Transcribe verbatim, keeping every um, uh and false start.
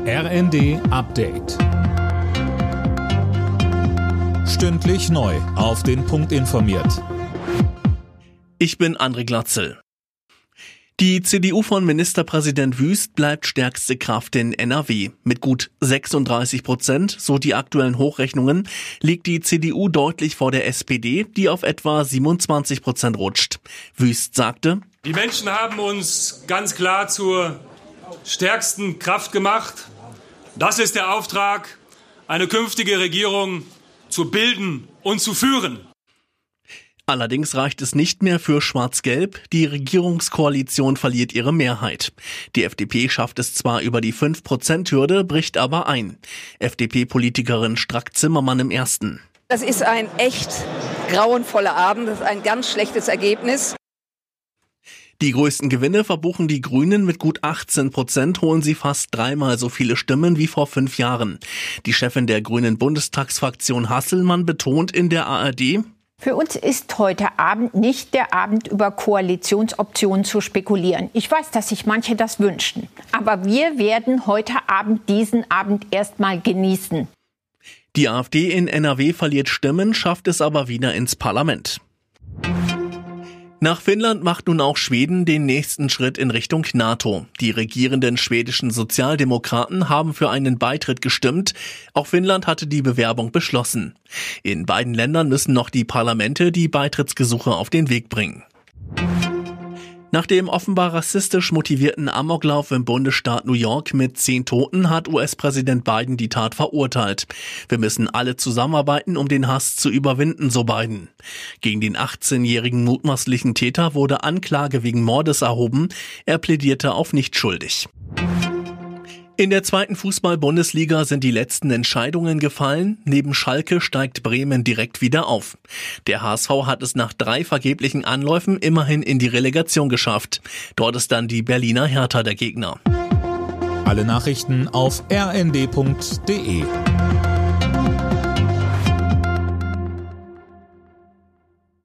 R N D Update. Stündlich neu auf den Punkt informiert. Ich bin André Glatzel. Die C D U von Ministerpräsident Wüst bleibt stärkste Kraft in N R W. Mit gut sechsunddreißig Prozent, so die aktuellen Hochrechnungen, liegt die C D U deutlich vor der S P D, die auf etwa siebenundzwanzig Prozent rutscht. Wüst sagte: Die Menschen haben uns ganz klar zur stärksten Kraft gemacht. Das ist der Auftrag, eine künftige Regierung zu bilden und zu führen. Allerdings reicht es nicht mehr für Schwarz-Gelb. Die Regierungskoalition verliert ihre Mehrheit. Die F D P schafft es zwar über die fünf Prozent Hürde, bricht aber ein. F D P-Politikerin Strack-Zimmermann im Ersten. Das ist ein echt grauenvoller Abend. Das ist ein ganz schlechtes Ergebnis. Die größten Gewinne verbuchen die Grünen mit gut achtzehn Prozent, holen sie fast dreimal so viele Stimmen wie vor fünf Jahren. Die Chefin der Grünen Bundestagsfraktion Hasselmann betont in der A R D: Für uns ist heute Abend nicht der Abend, über Koalitionsoptionen zu spekulieren. Ich weiß, dass sich manche das wünschen. Aber wir werden heute Abend diesen Abend erstmal genießen. Die AfD in N R W verliert Stimmen, schafft es aber wieder ins Parlament. Nach Finnland macht nun auch Schweden den nächsten Schritt in Richtung NATO. Die regierenden schwedischen Sozialdemokraten haben für einen Beitritt gestimmt. Auch Finnland hatte die Bewerbung beschlossen. In beiden Ländern müssen noch die Parlamente die Beitrittsgesuche auf den Weg bringen. Nach dem offenbar rassistisch motivierten Amoklauf im Bundesstaat New York mit zehn Toten hat U S-Präsident Biden die Tat verurteilt. Wir müssen alle zusammenarbeiten, um den Hass zu überwinden, so Biden. Gegen den achtzehnjährigen mutmaßlichen Täter wurde Anklage wegen Mordes erhoben. Er plädierte auf nicht schuldig. In der zweiten Fußball-Bundesliga sind die letzten Entscheidungen gefallen. Neben Schalke steigt Bremen direkt wieder auf. Der H S V hat es nach drei vergeblichen Anläufen immerhin in die Relegation geschafft. Dort ist dann die Berliner Hertha der Gegner. Alle Nachrichten auf r n d punkt d e.